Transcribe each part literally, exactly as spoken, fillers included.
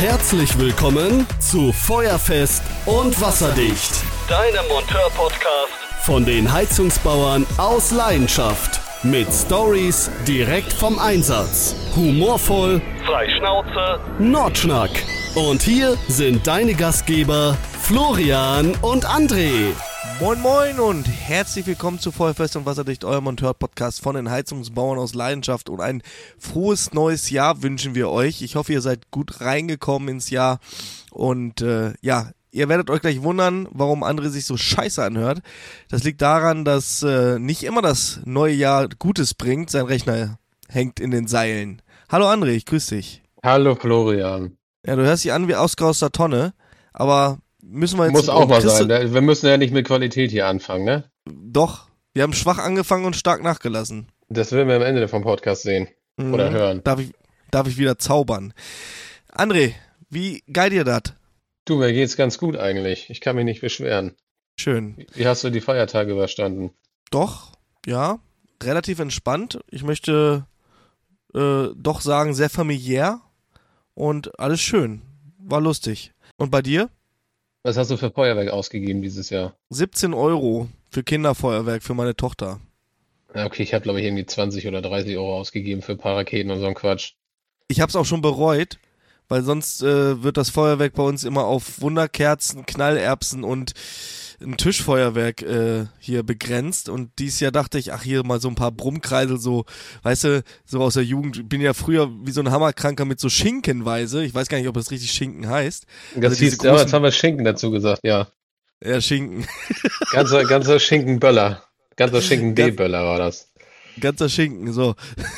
Herzlich willkommen zu Feuerfest und Wasserdicht, deinem Monteur-Podcast von den Heizungsbauern aus Leidenschaft. Mit Stories direkt vom Einsatz. Humorvoll, frei Schnauze, Nordschnack. Und hier sind deine Gastgeber Florian und André. Moin moin und herzlich willkommen zu Feuerfest und Wasserdicht, euer Monteur-Podcast von den Heizungsbauern aus Leidenschaft, und ein frohes neues Jahr wünschen wir euch. Ich hoffe, ihr seid gut reingekommen ins Jahr und äh, ja, ihr werdet euch gleich wundern, warum André sich so scheiße anhört. Das liegt daran, dass äh, nicht immer das neue Jahr Gutes bringt. Sein Rechner hängt in den Seilen. Hallo André, ich grüße dich. Hallo Florian. Ja, du hörst dich an wie ausgerauster Tonne, aber müssen wir jetzt... Muss auch mal sein, wir müssen ja nicht mit Qualität hier anfangen, ne? Doch, wir haben schwach angefangen und stark nachgelassen. Das werden wir am Ende vom Podcast sehen mhm. oder hören. Darf ich, darf ich wieder zaubern. André, wie geil dir das? Du, mir geht's ganz gut eigentlich. Ich kann mich nicht beschweren. Schön. Wie hast du die Feiertage überstanden? Doch, ja, relativ entspannt. Ich möchte äh, doch sagen, sehr familiär und alles schön. War lustig. Und bei dir? Was hast du für Feuerwerk ausgegeben dieses Jahr? siebzehn Euro für Kinderfeuerwerk für meine Tochter. Ja, okay, ich habe glaube ich irgendwie zwanzig oder dreißig Euro ausgegeben für ein paar Raketen und so ein Quatsch. Ich habe es auch schon bereut, weil sonst äh, wird das Feuerwerk bei uns immer auf Wunderkerzen, Knallerbsen und ein Tischfeuerwerk äh, hier begrenzt. Und dieses Jahr dachte ich, ach, hier mal so ein paar Brummkreisel, so, weißt du, so aus der Jugend. Ich bin ja früher wie so ein Hammerkranker mit so Schinkenweise. Ich weiß gar nicht, ob das richtig Schinken heißt. Das also hieß, ja, jetzt haben wir Schinken dazu gesagt, ja. Ja, Schinken. Ganzer, ganzer Schinkenböller. Ganzer Schinken-D-Böller war das. Ganzer Schinken, so.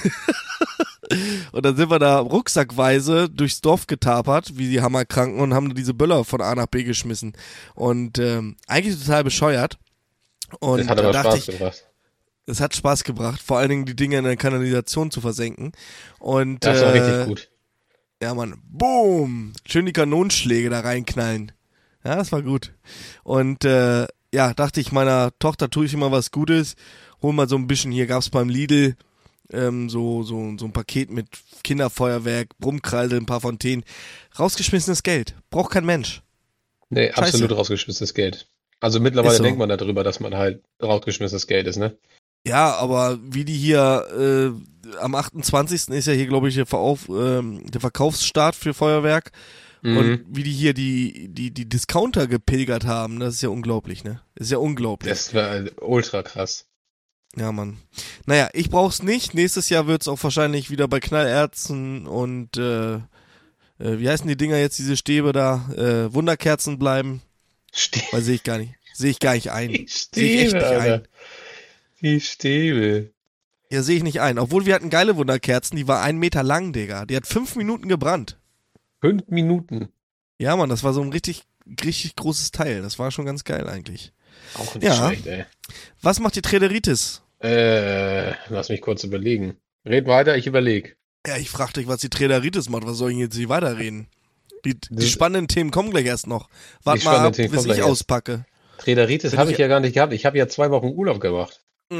Und dann sind wir da rucksackweise durchs Dorf getapert, wie die Hammerkranken, und haben diese Böller von A nach B geschmissen. Und ähm, eigentlich total bescheuert. Und das hat aber da Spaß ich, gebracht. Es hat Spaß gebracht, vor allen Dingen die Dinge in der Kanalisation zu versenken. Und das war äh, richtig gut. Ja, Mann, boom, schön die Kanonenschläge da reinknallen. Ja, das war gut. Und äh, ja, dachte ich, meiner Tochter tue ich immer was Gutes, hol mal so ein bisschen, hier gab's beim Lidl ähm, so, so, so ein Paket mit Kinderfeuerwerk, Brummkreisel, ein paar Fontänen. Rausgeschmissenes Geld. Braucht kein Mensch. Nee, Scheiße. Absolut rausgeschmissenes Geld. Also mittlerweile so. denkt man darüber, dass man halt rausgeschmissenes Geld ist, ne? Ja, aber wie die hier, äh, am achtundzwanzigsten ist ja hier, glaube ich, der, Verauf, ähm, der Verkaufsstart für Feuerwerk. Mhm. Und wie die hier die, die, die Discounter gepilgert haben, das ist ja unglaublich, ne? Das ist ja unglaublich. Das war ultra krass. Ja, Mann. Naja, ich brauch's nicht. Nächstes Jahr wird's auch wahrscheinlich wieder bei Knallerbsen und, äh, äh, wie heißen die Dinger jetzt, diese Stäbe da, äh, Wunderkerzen bleiben. Stäbe. Weil sehe ich gar nicht. Sehe ich gar nicht ein. Die Sehe ich echt Stäbe, nicht Alter. ein. Die Stäbe. Ja, sehe ich nicht ein. Obwohl wir hatten geile Wunderkerzen, die war einen Meter lang, Digga. Die hat fünf Minuten gebrannt. Fünf Minuten. Ja, Mann, das war so ein richtig, richtig großes Teil. Das war schon ganz geil eigentlich. Auch nicht Ja. schlecht, ey. Was macht die Träderitis? Äh, lass mich kurz überlegen. Red weiter, ich überleg. Ja, ich frag dich, was die Träderitis macht. Was soll ich jetzt nicht weiterreden? Die, die Das- spannenden Themen kommen gleich erst noch. Wart Die mal spannenden ab, Themen bis kommen ich gleich erst. auspacke. Träderitis Bin habe ich- ich ja gar nicht gehabt. Ich habe ja zwei Wochen Urlaub gemacht.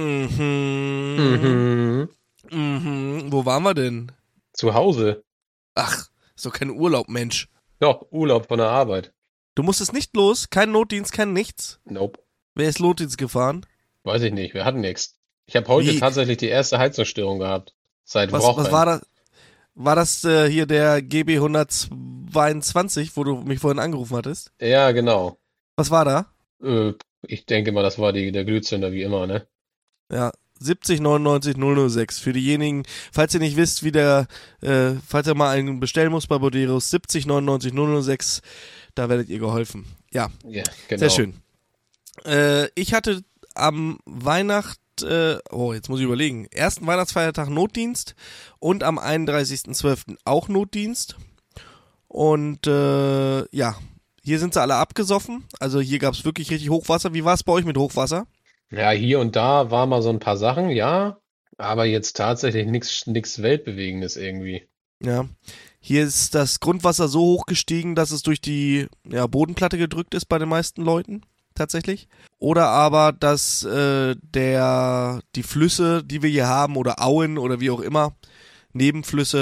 Mhm. Mhm. Mhm. Wo waren wir denn? Zu Hause. Ach, ist doch kein Urlaub, Mensch. Doch, Urlaub von der Arbeit. Du musstest nicht los, kein Notdienst, kein nichts. Nope. Wer ist Notdienst gefahren? Weiß ich nicht, wir hatten nichts. Ich habe heute Wie? tatsächlich die erste Heizungsstörung gehabt. Seit Was, Wochen. was war das? War das äh, hier der G B hundertzweiundzwanzig, wo du mich vorhin angerufen hattest? Ja, genau. Was war da? Äh, ich denke mal, das war die, der Glühzünder wie immer, ne? Ja, siebzig neunundneunzig null null sechs. Für diejenigen, falls ihr nicht wisst, wie der, äh, falls ihr mal einen bestellen muss bei Boderos, siebzig neunundneunzig null null sechs, da werdet ihr geholfen. Ja, Ja, genau. sehr schön. Äh, ich hatte am Weihnacht, äh, oh, jetzt muss ich überlegen, ersten Weihnachtsfeiertag Notdienst und am einunddreißigsten zwölften auch Notdienst. Und äh, ja, hier sind sie alle abgesoffen. Also hier gab es wirklich richtig Hochwasser. Wie war es bei euch mit Hochwasser? Ja, hier und da war mal so ein paar Sachen, ja, aber jetzt tatsächlich nichts nichts Weltbewegendes irgendwie. Ja, hier ist das Grundwasser so hoch gestiegen, dass es durch die ja, Bodenplatte gedrückt ist bei den meisten Leuten, tatsächlich. Oder aber, dass äh, der die Flüsse, die wir hier haben, oder Auen oder wie auch immer, Nebenflüsse,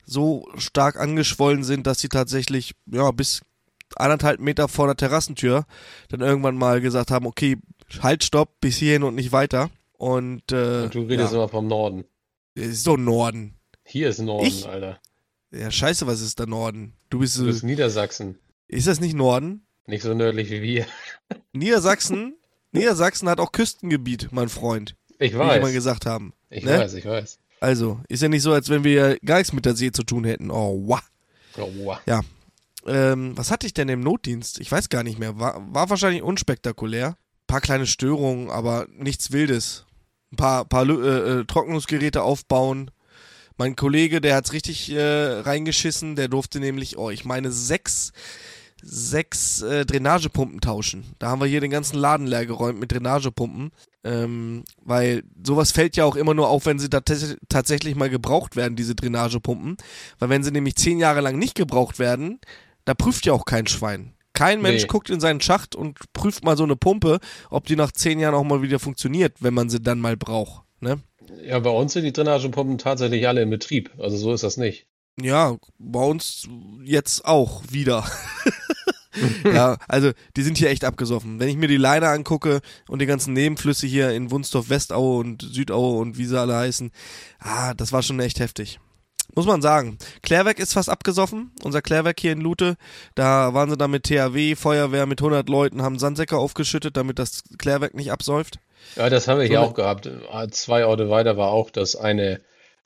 so stark angeschwollen sind, dass sie tatsächlich ja bis anderthalb Meter vor der Terrassentür dann irgendwann mal gesagt haben, okay, halt, stopp, bis hierhin und nicht weiter. Und, äh, und du redest ja. immer vom Norden. Es ist doch Norden. Hier ist Norden, Ich? Alter. Ja, scheiße, was ist da Norden? Du bist, Du bist Niedersachsen. Ist das nicht Norden? Nicht so nördlich wie wir. Niedersachsen, Niedersachsen hat auch Küstengebiet, mein Freund. Ich Wie weiß. wir mal gesagt haben. Ich ne? weiß, ich weiß. Also, ist ja nicht so, als wenn wir gar nichts mit der See zu tun hätten. Oh, wow. Oh, wow. Ja. Ähm, was hatte ich denn im Notdienst? Ich weiß gar nicht mehr. War, war wahrscheinlich unspektakulär. Ein paar kleine Störungen, aber nichts Wildes. Ein paar, paar äh, äh, Trocknungsgeräte aufbauen. Mein Kollege, der hat's richtig äh, reingeschissen. Der durfte nämlich, oh, ich meine, sechs, sechs äh, Drainagepumpen tauschen. Da haben wir hier den ganzen Laden leer geräumt mit Drainagepumpen. Ähm, weil sowas fällt ja auch immer nur auf, wenn sie tats- tatsächlich mal gebraucht werden, diese Drainagepumpen. Weil wenn sie nämlich zehn Jahre lang nicht gebraucht werden, da prüft ja auch kein Schwein. Kein Mensch Nee. guckt in seinen Schacht und prüft mal so eine Pumpe, ob die nach zehn Jahren auch mal wieder funktioniert, wenn man sie dann mal braucht. Ne? Ja, bei uns sind die Drainagepumpen tatsächlich alle in Betrieb. Also so ist das nicht. Ja, bei uns jetzt auch wieder. Ja, also die sind hier echt abgesoffen. Wenn ich mir die Leine angucke und die ganzen Nebenflüsse hier in Wunstorf, Westaue und Südaue und wie sie alle heißen, ah, das war schon echt heftig. Muss man sagen. Klärwerk ist fast abgesoffen, unser Klärwerk hier in Lute. Da waren sie dann mit T H W, Feuerwehr mit hundert Leuten, haben Sandsäcke aufgeschüttet, damit das Klärwerk nicht absäuft. Ja, das haben wir hier So, auch gehabt. Zwei Orte weiter war auch das eine,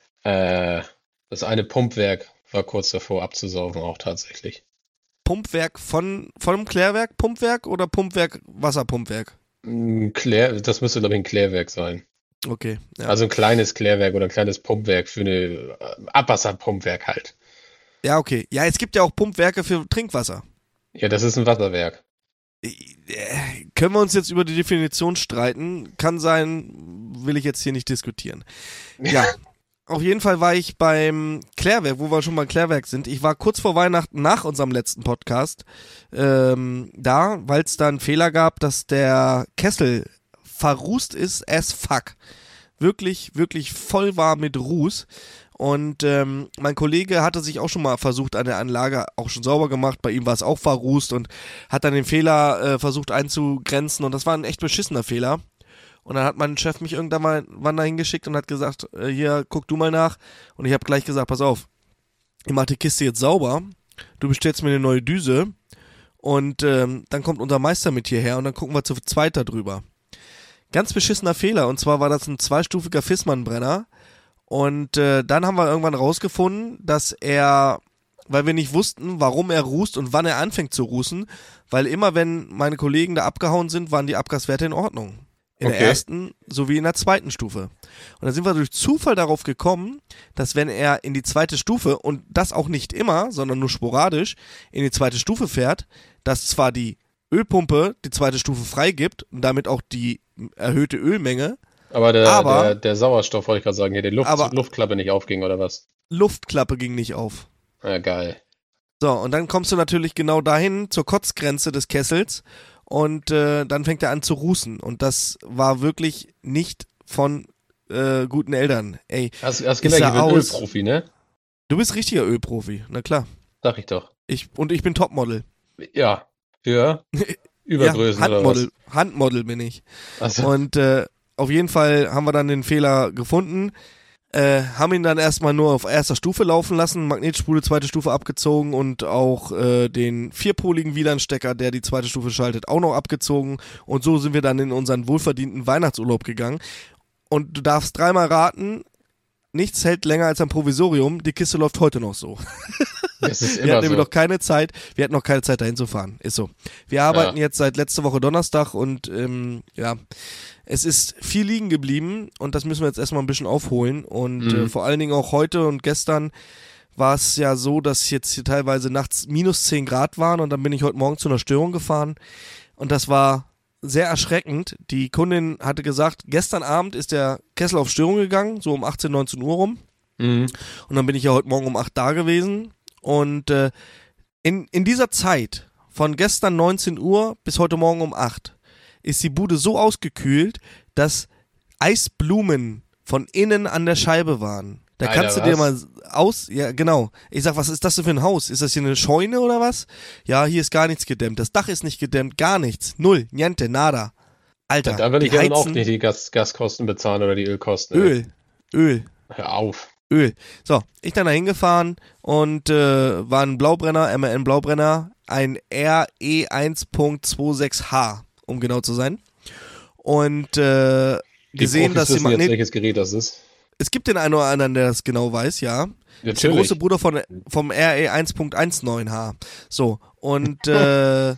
äh, das eine Pumpwerk war kurz davor abzusaufen, auch tatsächlich. Pumpwerk von, von einem Klärwerk, Pumpwerk oder Pumpwerk, Wasserpumpwerk? Ein Klär, das müsste, glaube ich, ein Klärwerk sein. Okay, ja. Also ein kleines Klärwerk oder ein kleines Pumpwerk für eine äh, Abwasserpumpwerk halt. Ja, okay. Ja, es gibt ja auch Pumpwerke für Trinkwasser. Ja, das ist ein Wasserwerk. Äh, Können wir uns jetzt über die Definition streiten? Kann sein, will ich jetzt hier nicht diskutieren. Ja, auf jeden Fall war ich beim Klärwerk, wo wir schon mal Klärwerk sind. Ich war kurz vor Weihnachten nach unserem letzten Podcast ähm, da, weil es da einen Fehler gab, dass der Kessel verrußt ist as fuck. Wirklich, wirklich voll war mit Ruß. Und ähm, mein Kollege hatte sich auch schon mal versucht an der Anlage, auch schon sauber gemacht. Bei ihm war es auch verrußt und hat dann den Fehler äh, versucht einzugrenzen. Und das war ein echt beschissener Fehler. Und dann hat mein Chef mich irgendwann mal wann dahin geschickt und hat gesagt, äh, hier, guck du mal nach. Und ich habe gleich gesagt, pass auf, ich mach die Kiste jetzt sauber. Du bestellst mir eine neue Düse. Und ähm, dann kommt unser Meister mit hierher und dann gucken wir zu zweit da drüber. Ganz beschissener Fehler, und zwar war das ein zweistufiger Fissmann-Brenner und äh, dann haben wir irgendwann rausgefunden, dass er, weil wir nicht wussten, warum er rußt und wann er anfängt zu rußen, weil immer wenn meine Kollegen da abgehauen sind, waren die Abgaswerte in Ordnung. In Okay. der ersten sowie in der zweiten Stufe. Und dann sind wir durch Zufall darauf gekommen, dass wenn er in die zweite Stufe, und das auch nicht immer, sondern nur sporadisch, in die zweite Stufe fährt, dass zwar die Ölpumpe die zweite Stufe freigibt und damit auch die erhöhte Ölmenge, Aber der, Aber- der, der Sauerstoff, wollte ich gerade sagen, hier die Luft, Aber- Luftklappe nicht aufging oder was? Luftklappe ging nicht auf. Ja, geil. So, und dann kommst du natürlich genau dahin, zur Kotzgrenze des Kessels, und äh, dann fängt er an zu rußen. Und das war wirklich nicht von äh, guten Eltern. Ey, Hast, hast Ich gemerkt, sah ich bin aus- Ölprofi, ne? du bist richtiger Ölprofi, na klar. Sag ich doch. Ich, und ich bin Topmodel. Ja. Für Übergrößen ja, oder Handmodel, Handmodel bin ich. was? Also, Und äh, auf jeden Fall haben wir dann den Fehler gefunden, äh, haben ihn dann erstmal nur auf erster Stufe laufen lassen, Magnetspule zweite Stufe abgezogen und auch äh, den vierpoligen W L A N-Stecker, der die zweite Stufe schaltet, auch noch abgezogen, und so sind wir dann in unseren wohlverdienten Weihnachtsurlaub gegangen. Und du darfst dreimal raten, nichts hält länger als ein Provisorium, die Kiste läuft heute noch so. das ist Wir immer hatten nämlich so. noch keine Zeit, wir hatten noch keine Zeit dahin zu fahren, ist so. Wir arbeiten Ja. jetzt seit letzter Woche Donnerstag und ähm, ja, es ist viel liegen geblieben und das müssen wir jetzt erstmal ein bisschen aufholen und Mhm. äh, vor allen Dingen auch heute und gestern war es ja so, dass jetzt hier teilweise nachts minus zehn Grad waren und dann bin ich heute Morgen zu einer Störung gefahren und das war sehr erschreckend. Die Kundin hatte gesagt, gestern Abend ist der Kessel auf Störung gegangen, so um achtzehn, neunzehn Uhr rum. Mhm. Und dann bin ich ja heute Morgen um acht da gewesen. Und äh, in, in dieser Zeit, von gestern neunzehn Uhr bis heute Morgen um acht, ist die Bude so ausgekühlt, dass Eisblumen von innen an der Scheibe waren. Da Alter, kannst du dir was? mal aus, ja genau. Ich sag, was ist das denn für ein Haus? Ist das hier eine Scheune oder was? Ja, hier ist gar nichts gedämmt. Das Dach ist nicht gedämmt, gar nichts. Null, niente, nada. Alter, Da will die ich ja dann auch heizen nicht die Gas Gaskosten bezahlen oder die Ölkosten. ey. Öl, Öl, Hör auf. Öl. So, ich dann da hingefahren und äh, war ein Blaubrenner, M A N Blaubrenner, ein R E eins Punkt sechsundzwanzig H, um genau zu sein. Und äh, Die gesehen, Profis dass die wissen jetzt, Magnet... welches Gerät das ist. Es gibt den einen oder anderen, der das genau weiß, ja. Das ist der Natürlich. große Bruder von, vom R E eins Punkt neunzehn H. So, und äh,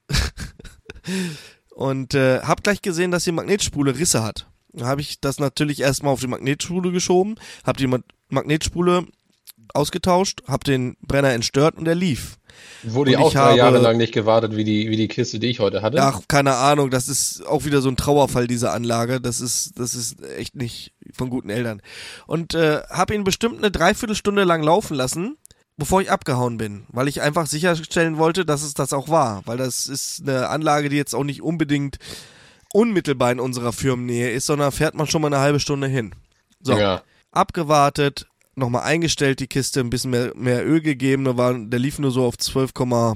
und äh, hab gleich gesehen, dass die Magnetspule Risse hat. Da habe ich das natürlich erstmal auf die Magnetspule geschoben, hab die Ma- Magnetspule ausgetauscht, hab den Brenner entstört und er lief. Wurde die und auch ich drei habe- Jahre lang nicht gewartet, wie die, wie die Kiste, die ich heute hatte. Ach, keine Ahnung, das ist auch wieder so ein Trauerfall, diese Anlage. Das ist, das ist echt nicht von guten Eltern. Und äh, habe ihn bestimmt eine Dreiviertelstunde lang laufen lassen, bevor ich abgehauen bin, weil ich einfach sicherstellen wollte, dass es das auch war. Weil das ist eine Anlage, die jetzt auch nicht unbedingt unmittelbar in unserer Firmennähe ist, sondern fährt man schon mal eine halbe Stunde hin. So, Ja. abgewartet, nochmal eingestellt, die Kiste, ein bisschen mehr, mehr Öl gegeben, da war, der lief nur so auf zwölf,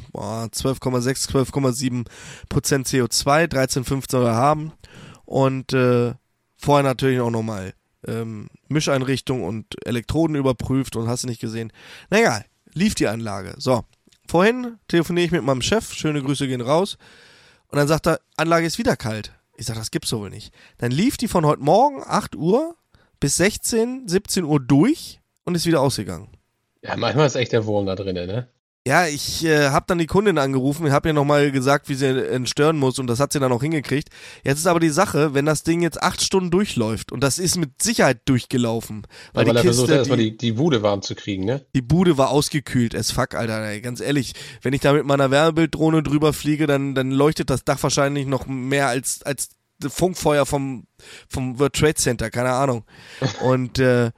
zwölf Komma sechs, zwölf Komma sieben Prozent C O zwei, dreizehn, fünfzehn oder haben und äh, vorher natürlich auch nochmal ähm, Mischeinrichtung und Elektroden überprüft und hast du nicht gesehen. Na egal, lief die Anlage. So, vorhin telefoniere ich mit meinem Chef, schöne Grüße gehen raus und dann sagt er, Anlage ist wieder kalt. Ich sag, das gibt's doch wohl nicht. Dann lief die von heute Morgen acht Uhr bis sechzehn, siebzehn Uhr durch und ist wieder ausgegangen. Ja, manchmal ist echt der Wurm da drin, ne? Ja, ich äh, habe dann die Kundin angerufen, habe ihr nochmal gesagt, wie sie entstören muss und das hat sie dann auch hingekriegt. Jetzt ist aber die Sache, wenn das Ding jetzt acht Stunden durchläuft und das ist mit Sicherheit durchgelaufen, weil, Weil die er versucht Kiste, erstmal die, die, die Bude warm zu kriegen, ne? die Bude war ausgekühlt as fuck, Alter, ey, ganz ehrlich, wenn ich da mit meiner Wärmebilddrohne drüber fliege, dann, dann leuchtet das Dach wahrscheinlich noch mehr als, als Funkfeuer vom, vom World Trade Center, keine Ahnung. Und äh,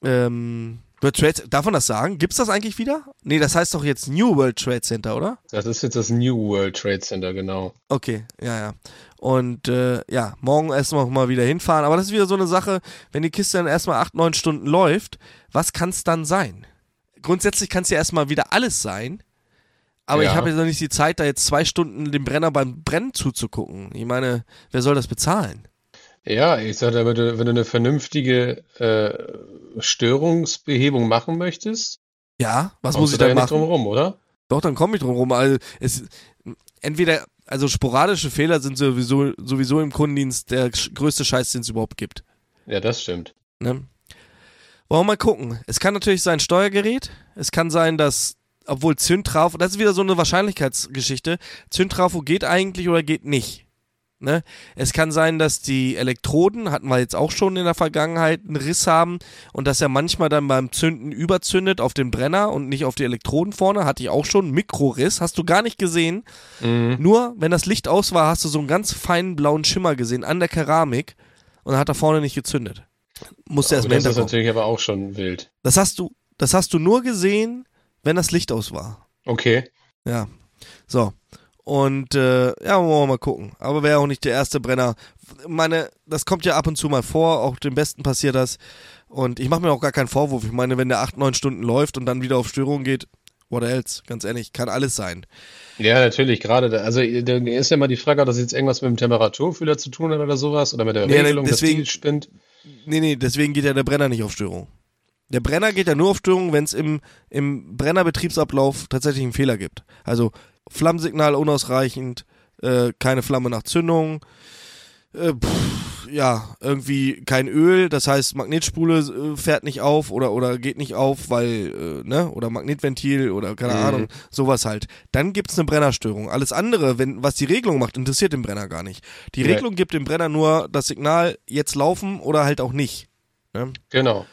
ähm, World Trade, darf man das sagen? Gibt's das eigentlich wieder? Nee, das heißt doch jetzt New World Trade Center, oder? Das ist jetzt das New World Trade Center, genau. Okay, ja, ja. Und äh, ja, morgen erstmal mal wieder hinfahren. Aber das ist wieder so eine Sache, wenn die Kiste dann erstmal acht, neun Stunden läuft, was kann's dann sein? Grundsätzlich kann es ja erstmal wieder alles sein. Aber Ja. ich habe jetzt noch nicht die Zeit, da jetzt zwei Stunden dem Brenner beim Brennen zuzugucken. Ich meine, wer soll das bezahlen? Ja, ich sag, wenn du, wenn du eine vernünftige äh, Störungsbehebung machen möchtest, Ja, was kommst muss du ich da dann ja nicht drum machen? rum, oder? Doch, dann komme ich drum rum. Also es, entweder, also sporadische Fehler sind sowieso, sowieso im Kundendienst der sch- größte Scheiß, den es überhaupt gibt. Ja, das stimmt. Ne? Wollen wir mal gucken. Es kann natürlich sein Steuergerät. Es kann sein, dass, obwohl Zündtrafo, das ist wieder so eine Wahrscheinlichkeitsgeschichte. Zündtrafo geht eigentlich oder geht nicht. Ne? Es kann sein, dass die Elektroden, hatten wir jetzt auch schon in der Vergangenheit, einen Riss haben und dass er manchmal dann beim Zünden überzündet auf den Brenner und nicht auf die Elektroden vorne. Hatte ich auch schon. Mikroriss, hast du gar nicht gesehen. Mhm. Nur, wenn das Licht aus war, hast du so einen ganz feinen blauen Schimmer gesehen an der Keramik und dann hat er vorne nicht gezündet. Musste erst Aber mal das ist hinterkommen. natürlich aber auch schon wild. Das hast du, das hast du nur gesehen, wenn das Licht aus war. Okay. Ja. So. Und äh, ja, wollen wir mal gucken. Aber wäre auch nicht der erste Brenner. Meine, das kommt ja ab und zu mal vor, auch dem Besten passiert das. Und ich mache mir auch gar keinen Vorwurf. Ich meine, wenn der acht, neun Stunden läuft und dann wieder auf Störung geht, what else? Ganz ehrlich, kann alles sein. Ja, natürlich, gerade da, also da ist ja mal die Frage, ob das jetzt irgendwas mit dem Temperaturfühler zu tun hat oder sowas oder mit der Nee, Regelung, deswegen- dass die spinnt. Nee, nee, deswegen geht ja der Brenner nicht auf Störung. Der Brenner geht ja nur auf Störung, wenn es im, im Brennerbetriebsablauf tatsächlich einen Fehler gibt. Also Flammensignal unausreichend, äh, keine Flamme nach Zündung, äh, pff, ja, irgendwie kein Öl, das heißt Magnetspule äh, fährt nicht auf oder, oder geht nicht auf, weil, äh, ne, oder Magnetventil oder keine Mhm. Ahnung, sowas halt. Dann gibt's eine Brennerstörung. Alles andere, wenn, was die Regelung macht, interessiert den Brenner gar nicht. Die Nee. Regelung gibt dem Brenner nur das Signal, jetzt laufen oder halt auch nicht. Ne? Genau.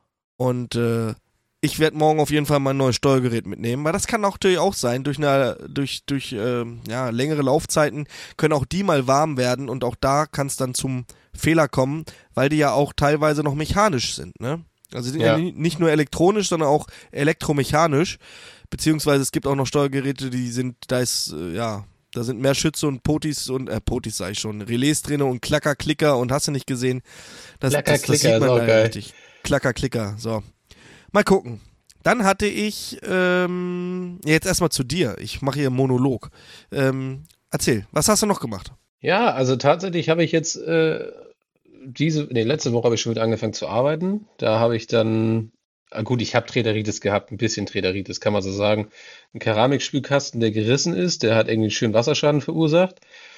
Und äh, ich werde morgen auf jeden Fall mein neues Steuergerät mitnehmen, weil das kann auch natürlich auch sein, durch eine, durch, durch ähm, ja, längere Laufzeiten können auch die mal warm werden und auch da kann es dann zum Fehler kommen, weil die ja auch teilweise noch mechanisch sind, ne? Also die sind ja. Ja. ni- nicht nur elektronisch, sondern auch elektromechanisch, beziehungsweise es gibt auch noch Steuergeräte, die sind, da ist, äh, ja, da sind mehr Schütze und Potis und, äh, Potis sag ich schon, Relais drin und Klacker, Klicker und hast du nicht gesehen. Das, Klacker, das, das Klicker sieht man ist auch da geil. richtig. Klacker, Klicker, so. Mal gucken. Dann hatte ich, ähm, jetzt erstmal zu dir. Ich mache hier einen Monolog. Ähm, erzähl, was hast du noch gemacht? Ja, also tatsächlich habe ich jetzt äh, diese, nee, letzte Woche habe ich schon wieder angefangen zu arbeiten. Da habe ich dann, ah gut, ich habe Träderitis gehabt, ein bisschen Träderitis, kann man so sagen. Ein Keramikspülkasten, der gerissen ist, der hat irgendwie einen schönen Wasserschaden verursacht.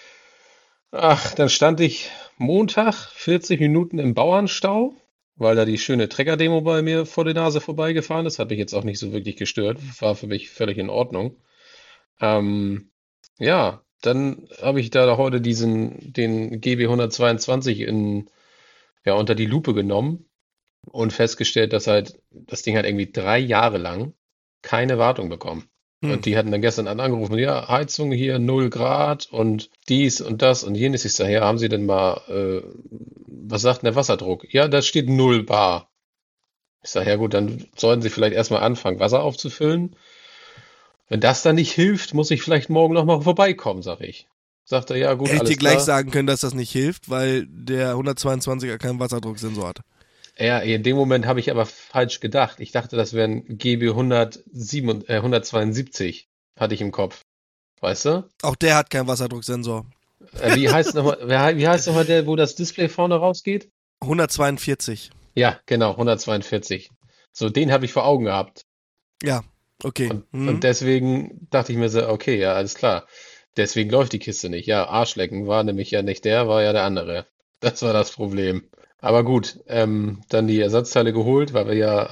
Ach, dann stand ich Montag vierzig Minuten im Bauernstau, weil da die schöne Trecker-Demo bei mir vor der Nase vorbeigefahren ist. Hat mich jetzt auch nicht so wirklich gestört. War für mich völlig in Ordnung. Ähm, ja, dann habe ich da heute diesen, den G B hundertzweiundzwanzig in, ja, unter die Lupe genommen und festgestellt, dass halt das Ding hat irgendwie drei Jahre lang keine Wartung bekommen. Hm. Und die hatten dann gestern angerufen, ja, Heizung hier null Grad und dies und das und jenes. Ich sage, ja, haben Sie denn mal, äh, was sagt denn der Wasserdruck? Ja, da steht null bar. Ich sage, ja gut, dann sollten Sie vielleicht erstmal anfangen, Wasser aufzufüllen. Wenn das dann nicht hilft, muss ich vielleicht morgen noch mal vorbeikommen, sage ich. Sagt er, ja gut, Hätte ich alles dir gleich klar. sagen können, dass das nicht hilft, weil der hundertzweiundzwanziger keinen Wasserdrucksensor hat. Ja, in dem Moment habe ich aber falsch gedacht. Ich dachte, das wäre ein G B hundertsieben, äh, hundertzweiundsiebzig, hatte ich im Kopf. Weißt du? Auch der hat keinen Wasserdrucksensor. Äh, wie heißt nochmal, wer- wie heißt nochmal der, wo das Display vorne rausgeht? hundertzweiundvierzig. Ja, genau, hundertzweiundvierzig. So, den habe ich vor Augen gehabt. Ja, okay. Und, Hm. und deswegen dachte ich mir so, okay, ja, alles klar. Deswegen läuft die Kiste nicht. Ja, Arschlecken war nämlich ja nicht der, war ja der andere. Das war das Problem. Aber gut, ähm, dann die Ersatzteile geholt, weil wir ja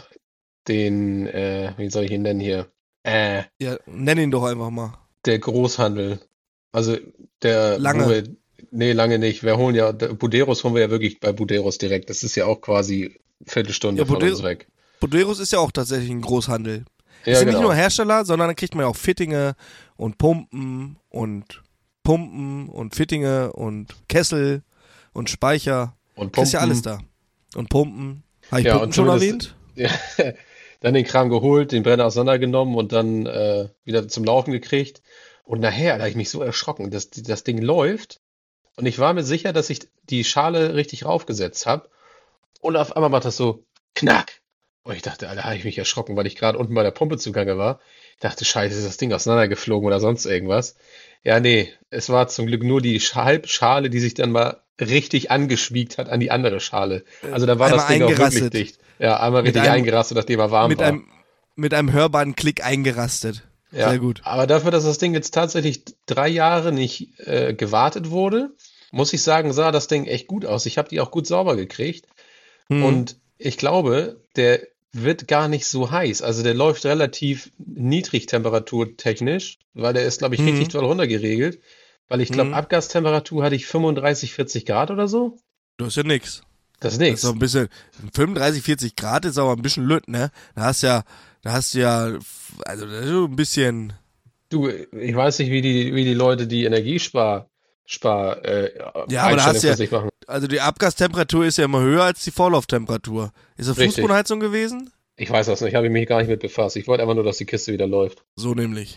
den, äh, wie soll ich ihn nennen hier? Äh, Ja, nenn ihn doch einfach mal. der Großhandel. Also der, Lange. wo wir, nee, lange nicht. Wir holen ja, der Buderus holen wir ja wirklich bei Buderus direkt. Das ist ja auch quasi Viertelstunde Ja, von Buderus- uns weg. Buderus ist ja auch tatsächlich ein Großhandel. Ja, ist ja nicht genau. nur Hersteller, sondern da kriegt man ja auch Fittinge und Pumpen und Pumpen und Fittinge und Kessel und Speicher. Und Kriegst ja Pumpen. alles da. Und Pumpen. Habe ich Ja, Pumpen und schon zumindest- erwähnt? Ja, dann den Kram geholt, den Brenner auseinandergenommen und dann äh, wieder zum Laufen gekriegt. Und nachher, da habe ich mich so erschrocken, dass die- das Ding läuft. Und ich war mir sicher, dass ich die Schale richtig raufgesetzt habe. Und auf einmal macht das so knack. Und ich dachte, Alter, habe ich mich erschrocken, weil ich gerade unten bei der Pumpe zugange war. Ich dachte, scheiße, ist das Ding auseinandergeflogen oder sonst irgendwas. Ja, nee, es war zum Glück nur die Halbschale, die sich dann mal richtig angeschmiegt hat an die andere Schale. Also da war das Einmal Ding auch wirklich eingerastet. dicht. Ja, einmal Mit richtig einem- eingerastet, nachdem er warm Mit war. einem, mit einem hörbaren Klick eingerastet. Ja, Sehr gut. aber dafür, dass das Ding jetzt tatsächlich drei Jahre nicht äh, gewartet wurde, muss ich sagen, sah das Ding echt gut aus. Ich habe die auch gut sauber gekriegt. Hm. Und ich glaube, der wird gar nicht so heiß. Also der läuft relativ niedrig temperaturtechnisch, weil der ist, glaube ich, Mhm. richtig toll runtergeregelt. Weil ich glaube, Mhm. Abgastemperatur hatte ich fünfunddreißig, vierzig Grad oder so. Das ist ja nix. Das ist Das nichts. ist doch ein bisschen, fünfunddreißig, vierzig Grad ist aber ein bisschen lütt, ne? Da hast du ja, da hast du ja, also das ist so ein bisschen, Du, ich weiß nicht, wie die, wie die Leute die Energiespar, Spar, äh, Ja, aber da Einstellung hast du für ja- sich machen. also die Abgastemperatur ist ja immer höher als die Vorlauftemperatur. Ist das Richtig. Fußbodenheizung gewesen? Ich weiß das nicht, habe ich mich gar nicht mit befasst. Ich wollte einfach nur, dass die Kiste wieder läuft. So nämlich.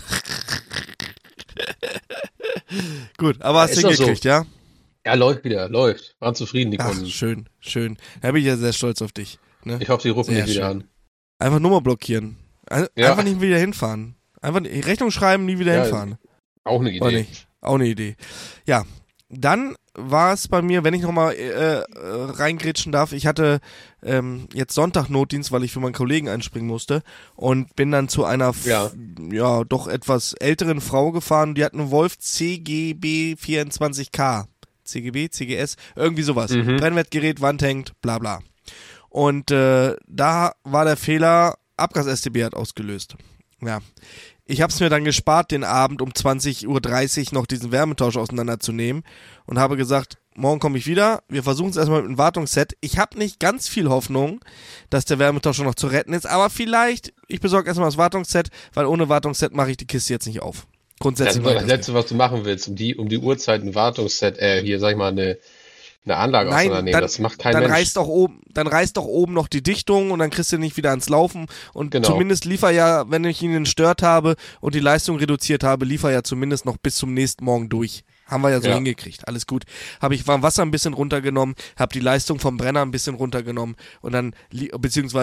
Gut, aber hast Ist du doch so. hingekriegt, ja? Ja, läuft wieder, läuft. Waren zufrieden, die Ach, Kunden. schön, schön. Da bin ich ja sehr stolz auf dich. Ne? Ich hoffe, die rufen Sehr nicht wieder schön. an. Einfach Nummer blockieren. Ein- Ja. Einfach nicht wieder hinfahren. Einfach die Rechnung schreiben, nie wieder Ja, hinfahren. Auch eine Oder Idee. nicht? Auch eine Idee. Ja, dann war es bei mir, wenn ich nochmal äh, äh, reingrätschen darf, ich hatte ähm, jetzt Sonntag Notdienst, weil ich für meinen Kollegen einspringen musste und bin dann zu einer f- Ja. ja doch etwas älteren Frau gefahren, die hat einen Wolf C G B vierundzwanzig K. C G B, C G S, irgendwie sowas. Mhm. Brennwertgerät, Wand hängt, bla bla. Und äh, da war der Fehler, Abgas-S T B hat ausgelöst. Ja. Ich habe es mir dann gespart, den Abend um zwanzig Uhr dreißig noch diesen Wärmetausch auseinanderzunehmen und habe gesagt, morgen komme ich wieder, wir versuchen es erstmal mit einem Wartungsset. Ich habe nicht ganz viel Hoffnung, dass der Wärmetausch schon noch zu retten ist, aber vielleicht, ich besorge erstmal das Wartungsset, weil ohne Wartungsset mache ich die Kiste jetzt nicht auf. Das Grundsätzlich ist mache das ich das Letzte, was du machen willst, um die, um die Uhrzeit ein Wartungsset, äh, hier, sag ich mal, eine, eine Anlage Nein, auseinandernehmen. dann- Das macht kein dann Mensch. reißt doch oben, dann reißt doch oben noch die Dichtung und dann kriegst du nicht wieder ans Laufen und Genau. zumindest liefer ja, wenn ich ihn stört habe und die Leistung reduziert habe, liefer ja zumindest noch bis zum nächsten Morgen durch. Haben wir ja so Ja. hingekriegt, alles gut. Habe ich warm Wasser ein bisschen runtergenommen, habe die Leistung vom Brenner ein bisschen runtergenommen und dann, li- beziehungsweise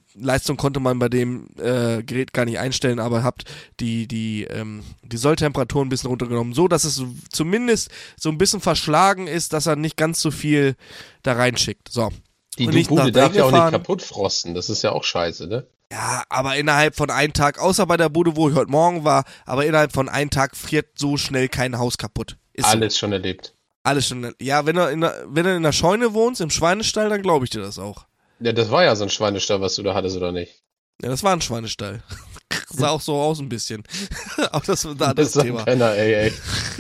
Leistung konnte man bei dem äh, Gerät gar nicht einstellen, aber habt die, die, ähm, die Solltemperatur ein bisschen runtergenommen, so dass es zumindest so ein bisschen verschlagen ist, dass er nicht ganz so viel da reinschickt. So. Die Und ich Bude nach darf ja auch nicht Weggefahren. kaputt frosten, das ist ja auch scheiße, ne? Ja, aber innerhalb von einem Tag, außer bei der Bude, wo ich heute Morgen war, aber innerhalb von einem Tag friert so schnell kein Haus kaputt. Ist Alles so. schon erlebt. Alles schon. Ja, wenn du in der, wenn du in der Scheune wohnst, im Schweinestall, dann glaube ich dir das auch. Ja, das war ja so ein Schweinestall, was du da hattest, oder nicht? Ja, das war ein Schweinestall. Sah auch so aus ein bisschen. Aber das war ein Das anderes ist ein Thema. Penner, ey, ey.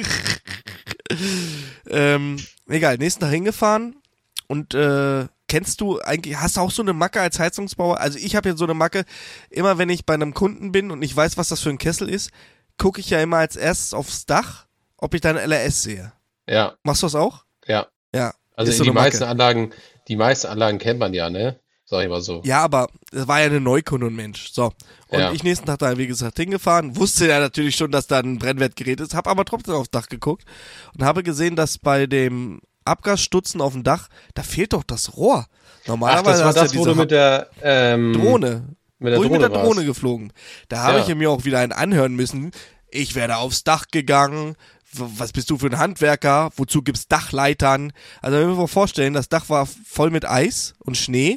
ähm, egal, nächsten Tag hingefahren und äh, kennst du eigentlich, hast du auch so eine Macke als Heizungsbauer? Also ich habe jetzt so eine Macke, immer wenn ich bei einem Kunden bin und ich weiß, was das für ein Kessel ist, gucke ich ja immer als erstes aufs Dach, ob ich da ein L R S sehe. Ja, Machst du das auch? ja. Ja. Also ist so die eine meisten Macke. Anlagen, die meisten Anlagen kennt man ja, ne? Sag ich mal so. Ja, aber das war ja eine Neukunde und Mensch. So. Und Ja. ich nächsten Tag da, wie gesagt, hingefahren, wusste ja natürlich schon, dass da ein Brennwertgerät ist, habe aber trotzdem aufs Dach geguckt und habe gesehen, dass bei dem Abgasstutzen auf dem Dach, da fehlt doch das Rohr. Ach, Normalerweise das war hast du ja das, wo diese du mit der ähm, Drohne. mit der wo ich Drohne mit der Drohne warst. geflogen. Da habe Ja. ich mir auch wieder einen anhören müssen. Ich werde aufs Dach gegangen. W- Was bist du für ein Handwerker? Wozu gibt's Dachleitern? Also wenn wir uns vorstellen, das Dach war voll mit Eis und Schnee.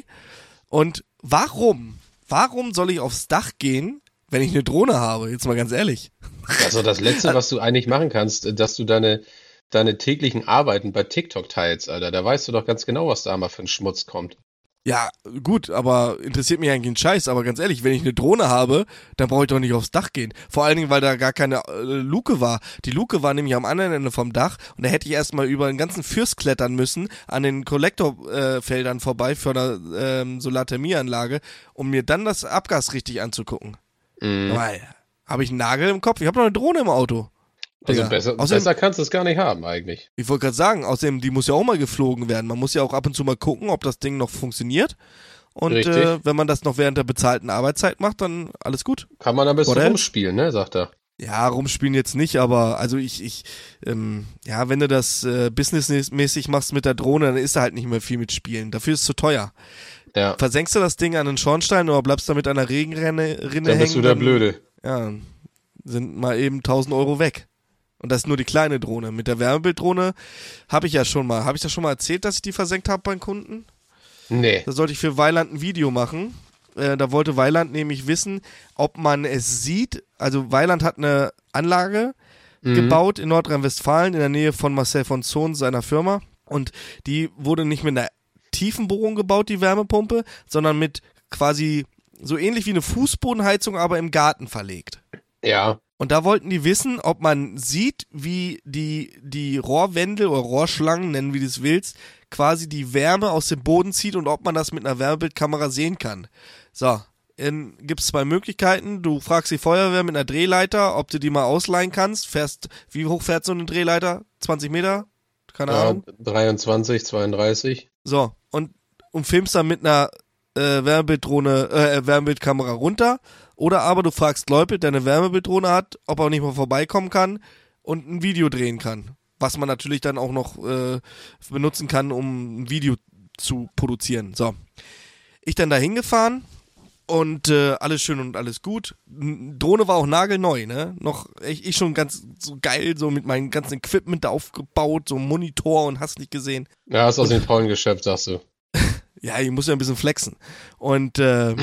Und warum? Warum soll ich aufs Dach gehen, wenn ich eine Drohne habe? Jetzt mal ganz ehrlich. Also das Letzte, was du eigentlich machen kannst, dass du deine, deine täglichen Arbeiten bei TikTok teilst, Alter. Da weißt du doch ganz genau, was da mal für ein Schmutz kommt. Ja, gut, aber interessiert mich eigentlich ein Scheiß. Aber ganz ehrlich, wenn ich eine Drohne habe, dann brauche ich doch nicht aufs Dach gehen. Vor allen Dingen, weil da gar keine äh, Luke war. Die Luke war nämlich am anderen Ende vom Dach und da hätte ich erstmal über den ganzen Fürst klettern müssen, an den Kollektorfeldern äh, vorbei für eine ähm, Solarthermieanlage, um mir dann das Abgas richtig anzugucken. Mhm. Weil, habe ich einen Nagel im Kopf? Ich habe noch eine Drohne im Auto. Also Digga. besser, Außerdem- besser kannst du es gar nicht haben, eigentlich. Ich wollte gerade sagen, außerdem, die muss ja auch mal geflogen werden. Man muss ja auch ab und zu mal gucken, ob das Ding noch funktioniert. Und Richtig. äh, wenn man das noch während der bezahlten Arbeitszeit macht, dann alles gut. Kann man ein bisschen What else? rumspielen, ne, sagt er. Ja, rumspielen jetzt nicht, aber also ich, ich, ähm, ja, wenn du das äh, businessmäßig machst mit der Drohne, dann ist da halt nicht mehr viel mit Spielen. Dafür ist es zu teuer. Ja, Versenkst du das Ding an den Schornstein oder bleibst da mit einer Regenrinne Rinne dann bist hängen, du der dann, Blöde. Ja, sind mal eben tausend Euro weg. Und das ist nur die kleine Drohne. Mit der Wärmebilddrohne habe ich ja schon mal, habe ich das schon mal erzählt, dass ich die versenkt habe beim Kunden? Nee. Da sollte ich für Weiland ein Video machen. Äh, da wollte Weiland nämlich wissen, ob man es sieht. Also Weiland hat eine Anlage Mhm. gebaut in Nordrhein-Westfalen in der Nähe von Marcel von Zoon, seiner Firma. Und die wurde nicht mit einer tiefen Bohrung gebaut, die Wärmepumpe, sondern mit quasi so ähnlich wie eine Fußbodenheizung, aber im Garten verlegt. Ja. Und da wollten die wissen, ob man sieht, wie die, die Rohrwände oder Rohrschlangen, nennen wie du es willst, quasi die Wärme aus dem Boden zieht und ob man das mit einer Wärmebildkamera sehen kann. So, gibt es zwei Möglichkeiten. Du fragst die Feuerwehr mit einer Drehleiter, ob du die mal ausleihen kannst. Fährst, wie hoch fährt so eine Drehleiter? zwanzig Meter? Keine ja Ahnung. dreiundzwanzig, zweiunddreißig. So, und, und filmst dann mit einer äh, Wärmebilddrohne, äh, Wärmebildkamera runter. Oder aber du fragst Leupel, der eine Wärmebilddrohne hat, ob er nicht mal vorbeikommen kann und ein Video drehen kann. Was man natürlich dann auch noch äh, benutzen kann, um ein Video zu produzieren. So. Ich dann da hingefahren und äh, alles schön und alles gut. N- Drohne war auch nagelneu, ne? Noch ich, ich schon ganz so geil, so mit meinem ganzen Equipment da aufgebaut, so Monitor und hast nicht gesehen. Ja, hast aus den Vollen geschöpft, sagst du. Ja, ich muss ja ein bisschen flexen. Und äh,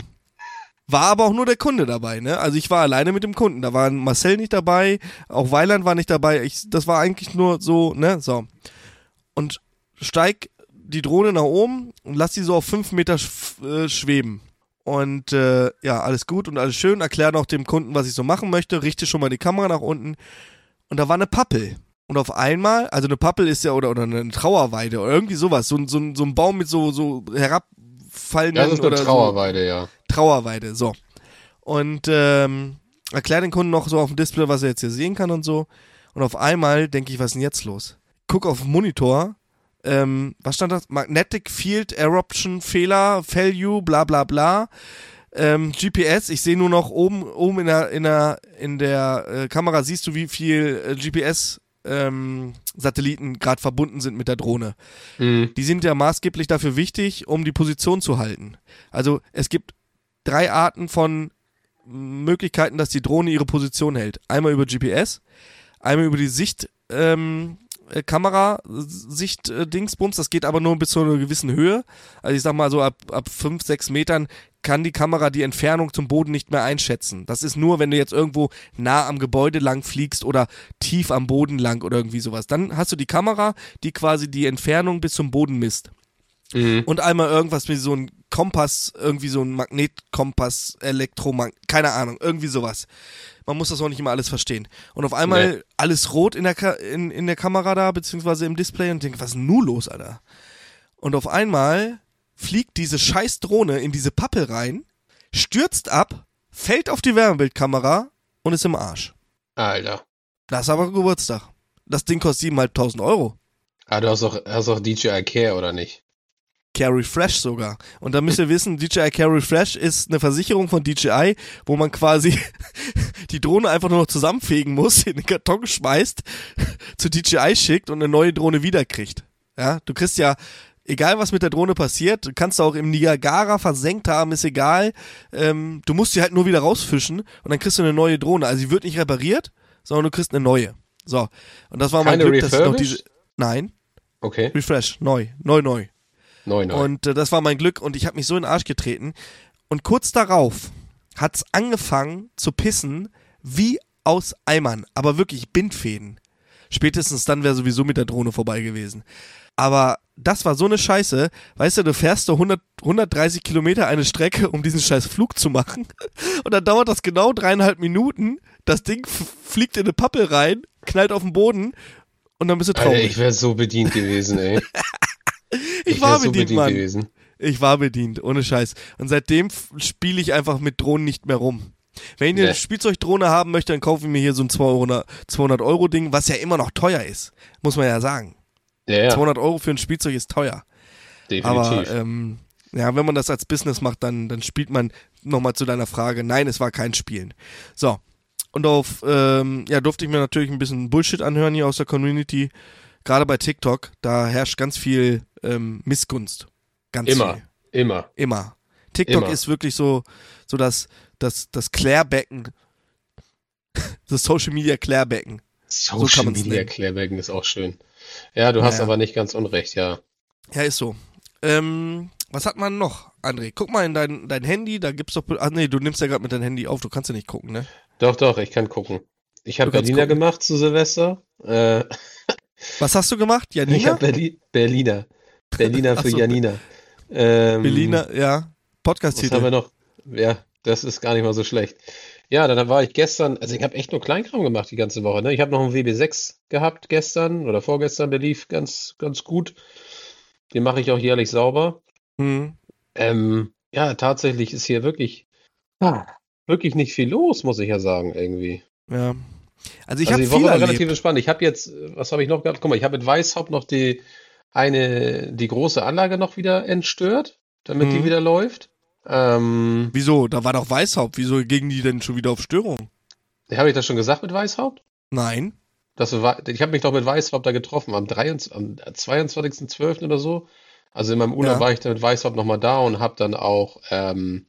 war aber auch nur der Kunde dabei, ne? Also ich war alleine mit dem Kunden. Da war Marcel nicht dabei, auch Weiland war nicht dabei. Ich, das war eigentlich nur so, ne? So. Und steig die Drohne nach oben und lass die so auf fünf Meter sch äh, schweben. Und äh, ja, alles gut und alles schön. Erklär noch dem Kunden, was ich so machen möchte. Richte schon mal die Kamera nach unten. Und da war eine Pappel. Und auf einmal, also eine Pappel ist ja, oder, oder eine Trauerweide oder irgendwie sowas. So, so, so ein Baum mit so, so herabfallenden Das ist eine oder so. Trauerweide, ja. Trauerweide, so. Und ähm, erklär den Kunden noch so auf dem Display, was er jetzt hier sehen kann und so. Und auf einmal denke ich, was ist denn jetzt los? Guck auf den Monitor, ähm, was stand das? Magnetic Field Eruption Fehler, Failure, bla bla bla. Ähm, G P S, ich sehe nur noch oben, oben in der, in der, in der äh, Kamera siehst du, wie viel äh, G P S ähm, Satelliten gerade verbunden sind mit der Drohne. Mhm. Die sind ja maßgeblich dafür wichtig, um die Position zu halten. Also es gibt drei Arten von Möglichkeiten, dass die Drohne ihre Position hält. Einmal über G P S, einmal über die Sicht, ähm, Kamera, Sicht, äh, Dingsbums, das geht aber nur bis zu einer gewissen Höhe. Also ich sag mal so ab, ab fünf, sechs Metern kann die Kamera die Entfernung zum Boden nicht mehr einschätzen. Das ist nur, wenn du jetzt irgendwo nah am Gebäude lang fliegst oder tief am Boden lang oder irgendwie sowas. Dann hast du die Kamera, die quasi die Entfernung bis zum Boden misst. Mhm. Und einmal irgendwas wie so ein Kompass, irgendwie so ein Magnetkompass, Elektromagnet, keine Ahnung, irgendwie sowas. Man muss das auch nicht immer alles verstehen. Und auf einmal nee. alles rot in der, Ka- in, in der Kamera da, beziehungsweise im Display und ich denke, was ist denn nun los, Alter? Und auf einmal fliegt diese scheiß Drohne in diese Pappe rein, stürzt ab, fällt auf die Wärmebildkamera und ist im Arsch. Alter. Das ist aber Geburtstag. Das Ding kostet siebentausendfünfhundert Euro. Ah, du hast auch, hast auch D J I Care, oder nicht? Care Refresh sogar. Und da müsst ihr wissen, D J I Care Refresh ist eine Versicherung von D J I, wo man quasi die Drohne einfach nur noch zusammenfegen muss, in den Karton schmeißt, zu D J I schickt und eine neue Drohne wiederkriegt. Ja, du kriegst ja, egal was mit der Drohne passiert, du kannst auch im Niagara versenkt haben, ist egal. Ähm, du musst sie halt nur wieder rausfischen und dann kriegst du eine neue Drohne. Also sie wird nicht repariert, sondern du kriegst eine neue. So. Und das war mein Keine Glück, dass ich noch Refurbish? diese. Nein. Okay. Refresh, neu, neu, neu. Neu, neu. Und äh, das war mein Glück und ich habe mich so in den Arsch getreten. Und kurz darauf hat's angefangen zu pissen wie aus Eimern. Aber wirklich Bindfäden. Spätestens dann wäre sowieso mit der Drohne vorbei gewesen. Aber das war so eine Scheiße. Weißt du, du fährst so hundert, hundertdreißig Kilometer eine Strecke, um diesen scheiß Flug zu machen. Und dann dauert das genau dreieinhalb Minuten. Das Ding f- fliegt in eine Pappe rein, knallt auf den Boden und dann bist du traurig. Alter, ich wäre so bedient gewesen, ey. Ich, ich war so bedient, bedient Mann. gewesen. Ich war bedient, ohne Scheiß. Und seitdem f- spiele ich einfach mit Drohnen nicht mehr rum. Wenn ich eine Nee. Spielzeugdrohne haben möchte, dann kaufe ich mir hier so ein zweihundert Euro Ding, was ja immer noch teuer ist. Muss man ja sagen. Ja, ja, zweihundert Euro für ein Spielzeug ist teuer. definitiv. Aber ähm, ja, wenn man das als Business macht, dann, dann spielt man nochmal zu deiner Frage. Nein, es war kein Spielen. So. Und auf, ähm, ja, durfte ich mir natürlich ein bisschen Bullshit anhören hier aus der Community. Gerade bei TikTok, da herrscht ganz viel ähm, Missgunst. Ganz immer, viel. immer. Immer. TikTok Immer. ist wirklich so, so das, das, das Klärbecken. Das Social Media Klärbecken. Social kann man's Media nennen. Klärbecken ist auch schön. Ja, du hast Ja. aber nicht ganz unrecht, ja. Ja, ist so. Ähm, was hat man noch, André? Guck mal in dein, dein Handy, da gibt's doch. Ach nee, du nimmst ja gerade mit deinem Handy auf, du kannst ja nicht gucken, ne? Doch, doch, ich kann gucken. Ich habe Du kannst Berliner gucken. gemacht zu Silvester. Äh, Was hast du gemacht? ich Janina? habe Berli Berliner. Berliner Ach für so, Janina. Ähm, Berliner, ja. Was haben wir Podcast-Titel. noch? Ja, das ist gar nicht mal so schlecht. Ja, dann war ich gestern, also ich habe echt nur Kleinkram gemacht die ganze Woche. Ne? Ich habe noch einen W B sechs gehabt gestern oder vorgestern, der lief ganz, ganz gut. Den mache ich auch jährlich sauber. Hm. Ähm, ja, tatsächlich ist hier wirklich, ah, wirklich nicht viel los, muss ich ja sagen, irgendwie. Ja. Also ich Also habe die Woche viel war erlebt. relativ entspannt. Ich habe jetzt, äh, was habe ich noch gehabt? Guck mal, ich habe mit Weishaupt noch die eine, die große Anlage noch wieder entstört, damit die Mhm. wieder läuft. Ähm, Wieso? Da war doch Weishaupt. Wieso gingen die denn schon wieder auf Störung? habe ich das schon gesagt mit Weishaupt? Nein. Das war, ich habe mich doch mit Weishaupt da getroffen, am, dreiundzwanzigsten am zweiundzwanzigsten zwölften oder so. Also in meinem Urlaub Ja. war ich dann mit Weishaupt nochmal da und habe dann auch ähm,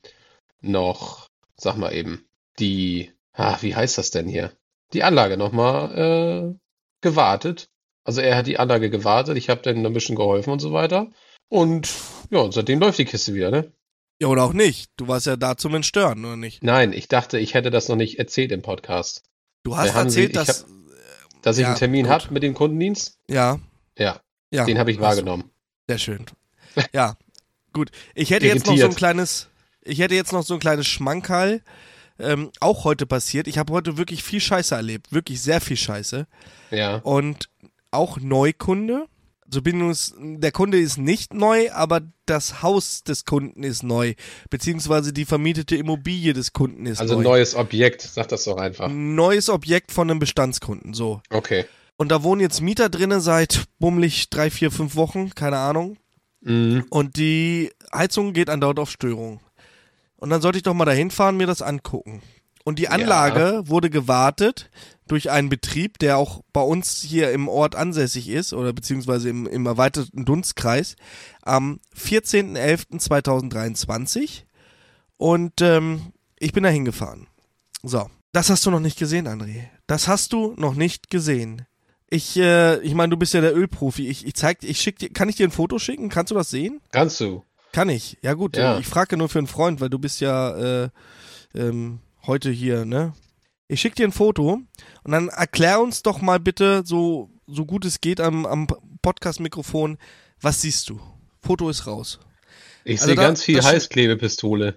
noch, sag mal eben, die, ah, wie heißt das denn hier? Die Anlage nochmal äh, gewartet. Also er hat die Anlage gewartet, ich habe dann ein bisschen geholfen und so weiter. Und ja, und seitdem läuft die Kiste wieder, ne? Ja, oder auch nicht. Du warst ja da zum Entstören, oder nicht? Nein, ich dachte, ich hätte das noch nicht erzählt im Podcast. Du hast Wir haben sie- erzählt, ich dass. Dass ich Ja, einen Termin gut. habe mit dem Kundendienst? Ja, Ja, ja. den habe ich hast du. wahrgenommen. Sehr schön. Ja, gut. Ich hätte jetzt noch so ein Irritiert. kleines, ich hätte jetzt noch so ein kleines Schmankerl, ähm, auch heute passiert. Ich habe heute wirklich viel Scheiße erlebt, wirklich sehr viel Scheiße. Ja. Und auch Neukunde. Also Bindungs, der Kunde ist nicht neu, aber das Haus des Kunden ist neu, beziehungsweise die vermietete Immobilie des Kunden ist Also neu. neues Objekt, sag das doch einfach. Neues Objekt von einem Bestandskunden, so. Okay. Und da wohnen jetzt Mieter drinne seit bummelig drei, vier, fünf Wochen, keine Ahnung. Mhm. Und die Heizung geht andauernd auf Störung. Und dann sollte ich doch mal dahin fahren, mir das angucken. Und die Anlage wurde gewartet durch einen Betrieb, der auch bei uns hier im Ort ansässig ist, oder beziehungsweise im, im erweiterten Dunstkreis, am vierzehnten elften zweitausenddreiundzwanzig. Und ähm, ich bin da hingefahren. So, das hast du noch nicht gesehen, André. Das hast du noch nicht gesehen. Ich, äh, ich meine, du bist ja der Ölprofi. Ich, ich zeig dir, ich schick dir, kann ich dir ein Foto schicken? Kannst du das sehen? Kannst du. Kann ich. Ja gut, Ja. ich frage nur für einen Freund, weil du bist ja äh, ähm, heute hier, ne? Ich schicke dir ein Foto und dann erklär uns doch mal bitte, so, so gut es geht am, am Podcast-Mikrofon, was siehst du? Foto ist raus. Ich Also sehe da- ganz viel das- Heißklebepistole.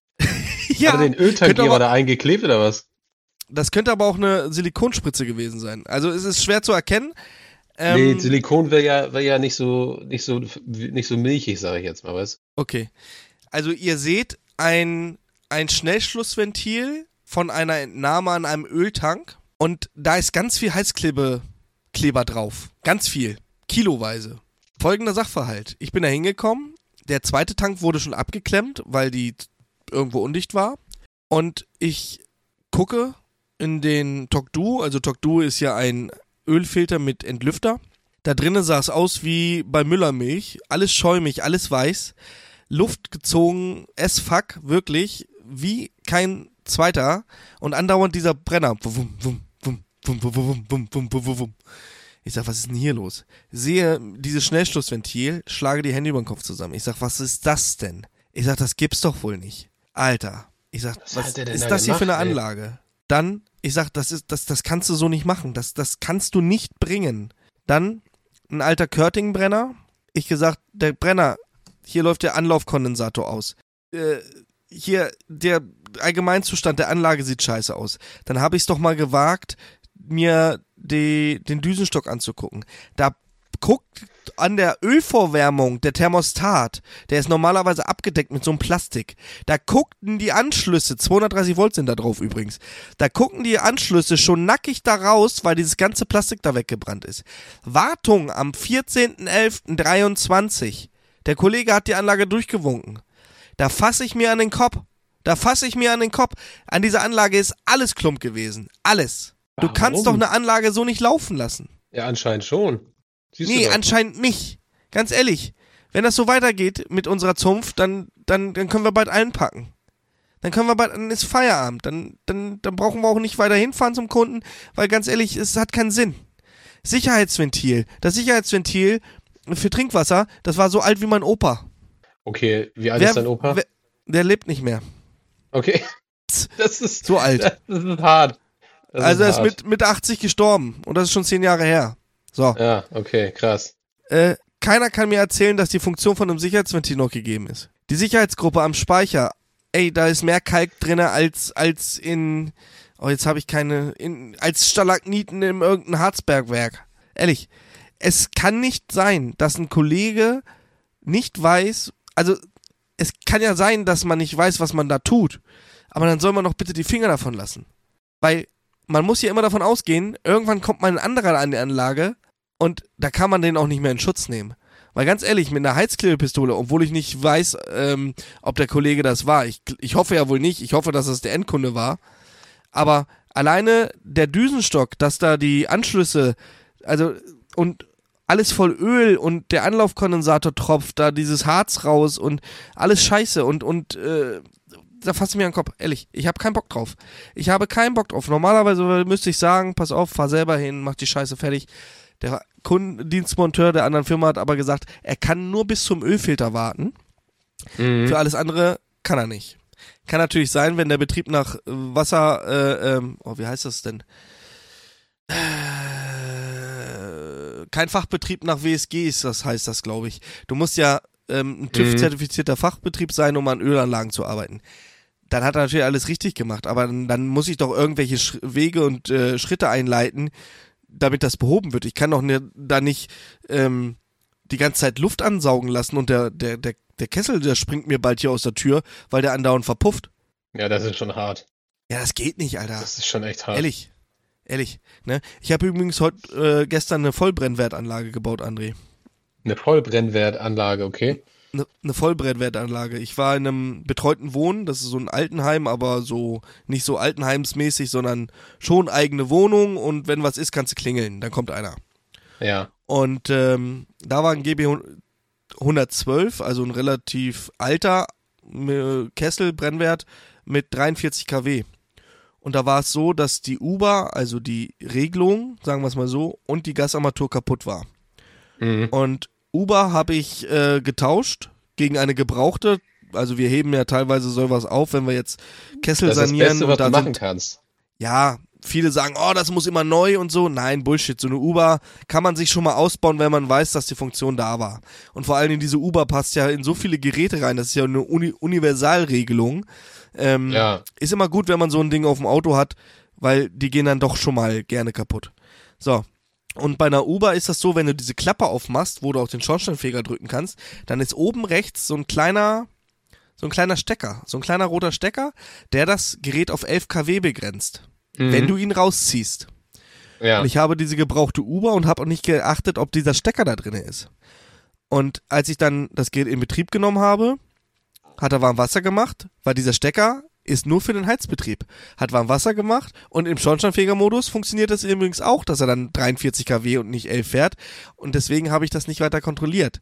Ja, Hat er den könnte Öltankgeber aber- da eingeklebt oder was? das könnte aber auch eine Silikonspritze gewesen sein. Also es ist schwer zu erkennen. Ähm, Nee, Silikon wäre ja, wär ja nicht so, nicht so, nicht so milchig, sage ich jetzt mal, weißt Okay. Also ihr seht ein, ein Schnellschlussventil von einer Entnahme an einem Öltank und da ist ganz viel Heißklebekleber drauf. Ganz viel. Kiloweise. Folgender Sachverhalt. Ich bin da hingekommen. Der zweite Tank wurde schon abgeklemmt, weil die irgendwo undicht war. Und ich gucke in den Tokdu. Also Tokdu ist ja ein Ölfilter mit Entlüfter. Da drinnen sah es aus wie bei Müllermilch. Alles schäumig, alles weiß. Luft gezogen, as fuck, wirklich, wie kein zweiter. Und andauernd dieser Brenner. Wum, wum, wum, wum, wum, wum, wum, wum, wum, wum, wum. Ich sag, was ist denn hier los? Sehe dieses Schnellschlussventil, schlage die Hände über den Kopf zusammen. Ich sag, was ist das denn? Ich sag, das gibt's doch wohl nicht. Alter. Ich sag, Was was, hat der denn ist da das hier für eine gemacht, ey? Anlage? Dann, ich sag, das ist, das, das kannst du so nicht machen. Das, das kannst du nicht bringen. Dann ein alter Körtingbrenner. Ich gesagt, der Brenner, hier läuft der Anlaufkondensator aus. Äh, hier, der Allgemeinzustand der Anlage sieht scheiße aus. Dann habe ich es doch mal gewagt, mir die, den Düsenstock anzugucken. Da guckt an der Ölvorwärmung der Thermostat, der ist normalerweise abgedeckt mit so einem Plastik. Da guckten die Anschlüsse, zweihundertdreißig Volt sind da drauf übrigens, da gucken die Anschlüsse schon nackig da raus, weil dieses ganze Plastik da weggebrannt ist. Wartung am vierzehnten elften dreiundzwanzig. Der Kollege hat die Anlage durchgewunken. Da fasse ich mir an den Kopf. Da fasse ich mir an den Kopf. An dieser Anlage ist alles Klump gewesen. Alles. Du Warum? kannst doch eine Anlage so nicht laufen lassen. Ja, anscheinend schon. Siehst Nee, du doch. anscheinend nicht. Ganz ehrlich. Wenn das so weitergeht mit unserer Zunft, dann, dann, dann können wir bald einpacken. Dann können wir bald, dann ist Feierabend. Dann, dann, dann brauchen wir auch nicht weiter hinfahren zum Kunden, weil ganz ehrlich, es hat keinen Sinn. Sicherheitsventil. Das Sicherheitsventil für Trinkwasser, das war so alt wie mein Opa. Okay, wie alt Wer- ist dein Opa? wer- der lebt nicht mehr. Okay. Das ist, So alt. das ist hart. Das Also er ist hart. mit, mit achtzig gestorben. Und das ist schon zehn Jahre her. So. Ja, okay, krass. Äh, keiner kann mir erzählen, dass die Funktion von einem Sicherheitsventil noch gegeben ist. Die Sicherheitsgruppe am Speicher, ey, da ist mehr Kalk drinne als, als in, oh, jetzt habe ich keine, in, als Stalagniten in irgendeinem Harzbergwerk. Ehrlich. Es kann nicht sein, dass ein Kollege nicht weiß, also, es kann ja sein, dass man nicht weiß, was man da tut. Aber dann soll man doch bitte die Finger davon lassen. Weil man muss ja immer davon ausgehen, irgendwann kommt mal ein anderer an die Anlage und da kann man den auch nicht mehr in Schutz nehmen. Weil ganz ehrlich, mit einer Heizklebepistole, obwohl ich nicht weiß, ähm, ob der Kollege das war, ich, ich hoffe ja wohl nicht, ich hoffe, dass es der Endkunde war, aber alleine der Düsenstock, dass da die Anschlüsse, also und alles voll Öl und der Anlaufkondensator tropft, da dieses Harz raus und alles scheiße und, und äh, da fasst mir an den Kopf. Ehrlich, ich habe keinen Bock drauf. Ich habe keinen Bock drauf. Normalerweise müsste ich sagen, pass auf, fahr selber hin, mach die Scheiße fertig. Der Kundendienstmonteur der anderen Firma hat aber gesagt, er kann nur bis zum Ölfilter warten. Mhm. Für alles andere kann er nicht. Kann natürlich sein, wenn der Betrieb nach Wasser, äh, ähm, oh, wie heißt das denn? Äh, kein Fachbetrieb nach W S G ist das, heißt das, glaube ich. Du musst ja ähm, ein TÜV-zertifizierter Fachbetrieb sein, um an Ölanlagen zu arbeiten. Dann hat er natürlich alles richtig gemacht, aber dann, dann muss ich doch irgendwelche Sch- Wege und äh, Schritte einleiten, damit das behoben wird. Ich kann doch ne, da nicht ähm, die ganze Zeit Luft ansaugen lassen und der, der, der, der Kessel, der springt mir bald hier aus der Tür, weil der andauernd verpufft. Ja, das ist schon hart. Ja, das geht nicht, Alter. Das ist schon echt hart. Ehrlich. Ehrlich. Ne? Ich habe übrigens heute äh, gestern eine Vollbrennwertanlage gebaut, André. Eine Vollbrennwertanlage, okay. Eine, eine Vollbrennwertanlage. Ich war in einem betreuten Wohnen, das ist so ein Altenheim, aber so nicht so altenheimsmäßig, sondern schon eigene Wohnung und wenn was ist, kannst du klingeln, dann kommt einer. Ja. Und ähm, da war ein G B hundertzwölf, also ein relativ alter äh, Kessel, Brennwert mit dreiundvierzig Kilowatt. Und da war es so, dass die Uber, also die Regelung, sagen wir es mal so, und die Gasarmatur kaputt war. Mhm. Und Uber habe ich äh, getauscht gegen eine gebrauchte. Also wir heben ja teilweise sowas auf, wenn wir jetzt Kessel das sanieren. Das ist das Beste, was und da du machen sind, kannst. Ja, viele sagen, oh, das muss immer neu und so. Nein, Bullshit. So eine Uber kann man sich schon mal ausbauen, wenn man weiß, dass die Funktion da war. Und vor allem in diese Uber passt ja in so viele Geräte rein. Das ist ja eine Uni- Universalregelung. Ähm, ja. Ist immer gut, wenn man so ein Ding auf dem Auto hat, weil die gehen dann doch schon mal gerne kaputt. So. Und bei einer Uber ist das so, wenn du diese Klappe aufmachst, wo du auch den Schornsteinfeger drücken kannst, dann ist oben rechts so ein kleiner, so ein kleiner Stecker, so ein kleiner roter Stecker, der das Gerät auf elf Kilowatt begrenzt, mhm. wenn du ihn rausziehst. Ja. Und ich habe diese gebrauchte Uber und habe auch nicht geachtet, ob dieser Stecker da drin ist. Und als ich dann das Gerät in Betrieb genommen habe, hat er warm Wasser gemacht, weil dieser Stecker ist nur für den Heizbetrieb. Hat warm Wasser gemacht und im Schornsteinfegermodus funktioniert das übrigens auch, dass er dann dreiundvierzig Kilowatt und nicht elf fährt. Und deswegen habe ich das nicht weiter kontrolliert.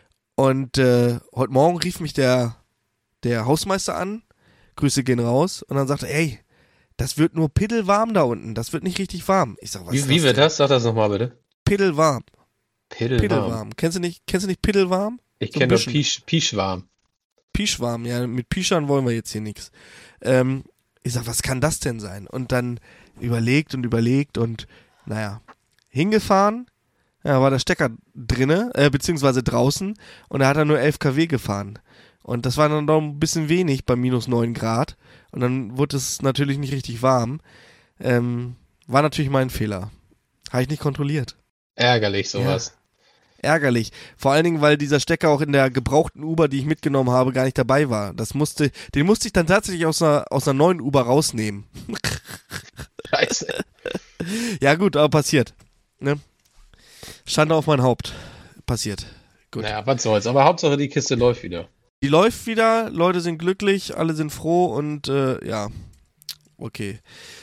Und äh, heute Morgen rief mich der, der Hausmeister an, Grüße gehen raus, und dann sagte er, ey, das wird nur piddelwarm da unten, das wird nicht richtig warm. Ich sag, was Wie, ist das wie wird denn? das? Sag das nochmal bitte. Piddelwarm. Piddelwarm. Piddelwarm. Kennst du nicht, kennst du nicht Piddelwarm? Ich So kenne ein nur bisschen. Pisch, Pischwarm. Pischwarm, ja, mit Pischern wollen wir jetzt hier nichts. Ähm, ich sag, was kann das denn sein? Und dann überlegt und überlegt und, naja, hingefahren, ja, war der Stecker drinne, äh, beziehungsweise draußen, und da hat er nur elf Kilowatt gefahren. Und das war dann doch ein bisschen wenig bei minus neun Grad. Und dann wurde es natürlich nicht richtig warm. Ähm, war natürlich mein Fehler. Habe ich nicht kontrolliert. Ärgerlich, sowas. Ja. Ärgerlich. Vor allen Dingen, weil dieser Stecker auch in der gebrauchten Uber, die ich mitgenommen habe, gar nicht dabei war. Das musste, den musste ich dann tatsächlich aus einer, aus einer neuen Uber rausnehmen. Scheiße. Ja gut, aber passiert. Ne? Schande auf mein Haupt. Passiert. Gut. Naja, was soll's. Aber Hauptsache die Kiste läuft wieder. Die läuft wieder, Leute sind glücklich, alle sind froh und äh, ja, okay.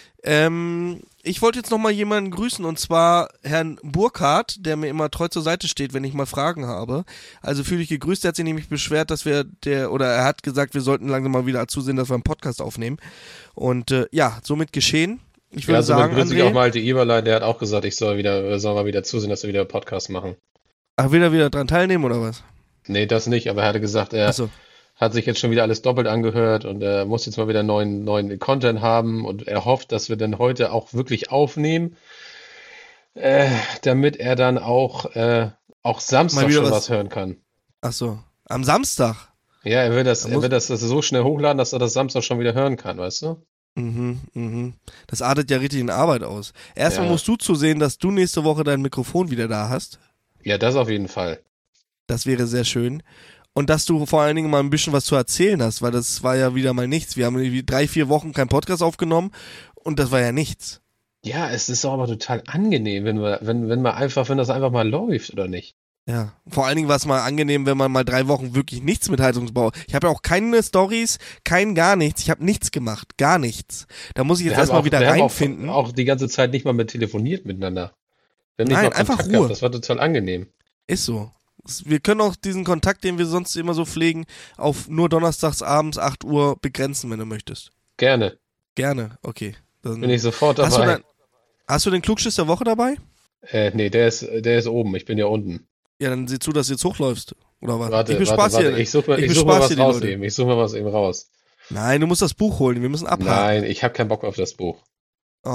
Ähm, ich wollte jetzt nochmal jemanden grüßen, und zwar Herrn Burkhardt, der mir immer treu zur Seite steht, wenn ich mal Fragen habe. Also fühle ich gegrüßt, er hat sich nämlich beschwert, dass wir der, oder er hat gesagt, wir sollten langsam mal wieder zusehen, dass wir einen Podcast aufnehmen. Und äh, ja, somit geschehen. Ich würde ja, somit sagen, grüße ich André, auch mal die Eberlein, der hat auch gesagt, ich soll wieder, soll mal wieder zusehen, dass wir wieder einen Podcast machen. Ach, will er wieder dran teilnehmen oder was? Nee, das nicht, aber er hatte gesagt, er Ach so. hat sich jetzt schon wieder alles doppelt angehört und er muss jetzt mal wieder neuen, neuen Content haben und er hofft, dass wir dann heute auch wirklich aufnehmen, äh, damit er dann auch, äh, auch Samstag schon was, was hören kann. Ach so, am Samstag? Ja, er will das, Da er muss- will das, das so schnell hochladen, dass er das Samstag schon wieder hören kann, weißt du? Mhm, mhm. Das artet ja richtig in Arbeit aus. Erstmal Ja. musst du zusehen, dass du nächste Woche dein Mikrofon wieder da hast. Ja, das auf jeden Fall. Das wäre sehr schön. Und dass du vor allen Dingen mal ein bisschen was zu erzählen hast, weil das war ja wieder mal nichts. Wir haben irgendwie drei, vier Wochen keinen Podcast aufgenommen und das war ja nichts. Ja, es ist doch aber total angenehm, wenn wir, wenn, wenn man einfach, wenn das einfach mal läuft, oder nicht? Ja, vor allen Dingen war es mal angenehm, wenn man mal drei Wochen wirklich nichts mit Heizungsbau. Ich habe ja auch keine Stories, kein gar nichts. Ich habe nichts gemacht, gar nichts. Da muss ich jetzt Wir haben erstmal auch- wieder wir haben reinfinden. Auch, auch die ganze Zeit nicht mal mehr telefoniert miteinander. Wir haben nicht Nein, mal einfach Kontakt Ruhe. gehabt. Das war total angenehm. Ist so. Wir können auch diesen Kontakt, den wir sonst immer so pflegen, auf nur donnerstags abends acht Uhr begrenzen, wenn du möchtest. Gerne. Gerne, okay. Dann Bin ich sofort hast, du dabei. dann, hast du den Klugschiss der Woche dabei? Äh, nee, der ist, der ist oben. Ich bin ja unten. Ja, dann sieh zu, dass du jetzt hochläufst. Oder was? Warte, ich warte, bespaß warte. hier. Ich suche mal, ich ich such mal bespaß was hier die Leute. raus eben. Ich suche mal was eben raus. Nein, du musst das Buch holen. Wir müssen abhaken. Nein, ich habe keinen Bock auf das Buch. Oh,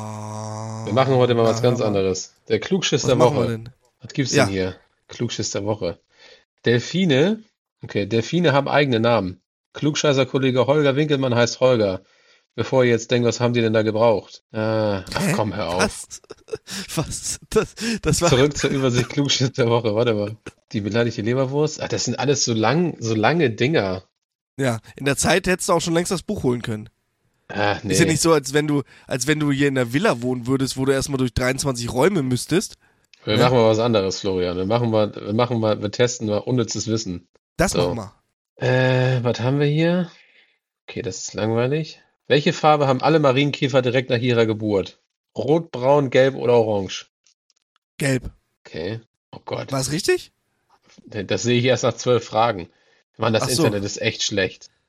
Wir machen heute mal na, was ganz hör mal. anderes. Der Klugschiss Was der machen wir Woche. denn? Was gibt's Ja. denn hier? Klugschiss der Woche. Delfine, okay, Delfine haben eigene Namen. Klugscheißer-Kollege Holger Winkelmann heißt Holger. Bevor ihr jetzt denkt, was haben die denn da gebraucht? Ah, ach Hä? komm, hör auf. Was? Was? Das, das war. Zurück zur Übersicht Klugschiss der Woche. Warte mal. Die beleidigte Leberwurst. Ah, das sind alles so lang, so lange Dinger. Ja, in der Zeit hättest du auch schon längst das Buch holen können. Ah, nee. Ist ja nicht so, als wenn du, als wenn du hier in der Villa wohnen würdest, wo du erstmal durch dreiundzwanzig Räume müsstest. Wir Ja. machen mal was anderes, Florian. Wir machen mal, wir machen mal, wir testen mal unnützes Wissen. Das So. mach mal. Äh, was haben wir hier? Okay, das ist langweilig. Welche Farbe haben alle Marienkäfer direkt nach ihrer Geburt? Rot, braun, gelb oder orange? Gelb. Okay. Oh Gott. War es richtig? Das sehe ich erst nach zwölf Fragen. Mann, das Ach so. Internet ist echt schlecht.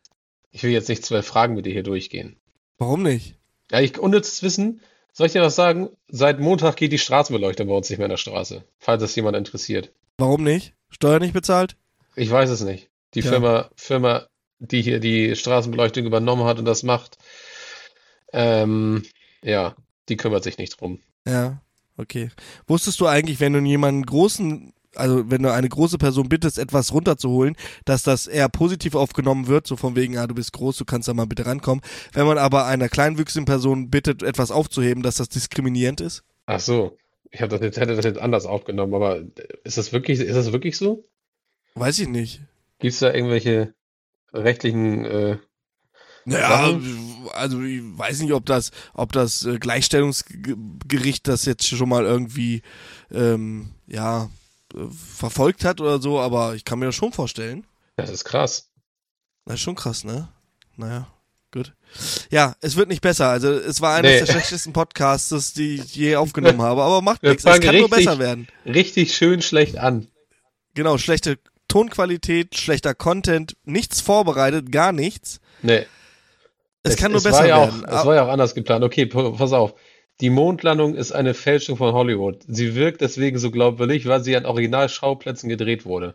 Ich will jetzt nicht zwölf Fragen mit dir hier durchgehen. Warum nicht? Ja, ich, unnützes Wissen, soll ich dir was sagen? Seit Montag geht die Straßenbeleuchtung bei uns nicht mehr in der Straße, falls es jemand interessiert. Warum nicht? Steuer nicht bezahlt? Ich weiß es nicht. Die Ja. Firma, Firma, die hier die Straßenbeleuchtung übernommen hat und das macht, ähm, ja, die kümmert sich nicht drum. Ja, okay. Wusstest du eigentlich, wenn du jemanden großen, also wenn du eine große Person bittest, etwas runterzuholen, dass das eher positiv aufgenommen wird, so von wegen, ah, du bist groß, du kannst da mal bitte rankommen. Wenn man aber einer kleinwüchsigen Person bittet, etwas aufzuheben, dass das diskriminierend ist? Ach so, ich hab das jetzt, hätte das jetzt anders aufgenommen, aber ist das wirklich, ist das wirklich so? Weiß ich nicht. Gibt es da irgendwelche rechtlichen, äh, Naja, Sachen? also ich weiß nicht, ob das, ob das äh, Gleichstellungsgericht das jetzt schon mal irgendwie, ähm, ja, äh, verfolgt hat oder so, aber ich kann mir das schon vorstellen. Das ist krass. Das ist schon krass, ne? Naja, gut. Ja, es wird nicht besser. Also es war eines Nee. der schlechtesten Podcasts, die ich je aufgenommen habe, aber macht Wir nichts. Es fangen kann nur richtig- besser werden. Richtig schön schlecht an. Genau, schlechte Tonqualität, schlechter Content, nichts vorbereitet, gar nichts. Nee. Es, kann nur es besser war ja werden. Auch, es war ja auch anders geplant. Okay, p- pass auf. Die Mondlandung ist eine Fälschung von Hollywood. Sie wirkt deswegen so glaubwürdig, weil sie an Originalschauplätzen gedreht wurde.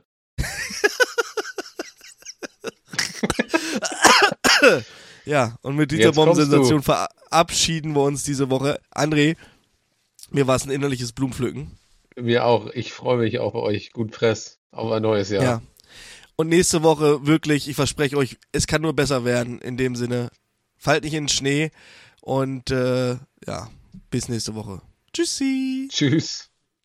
Ja, und mit dieser Jetzt kommst Bombensensation verabschieden wir uns diese Woche. André, mir war es ein innerliches Blumenpflücken. Mir auch. Ich freue mich auf euch. Gut Press. Auf ein neues Jahr. Ja. Und nächste Woche wirklich, ich verspreche euch, es kann nur besser werden in dem Sinne. Fallt nicht in den Schnee und äh, ja, bis nächste Woche. Tschüssi. Tschüss.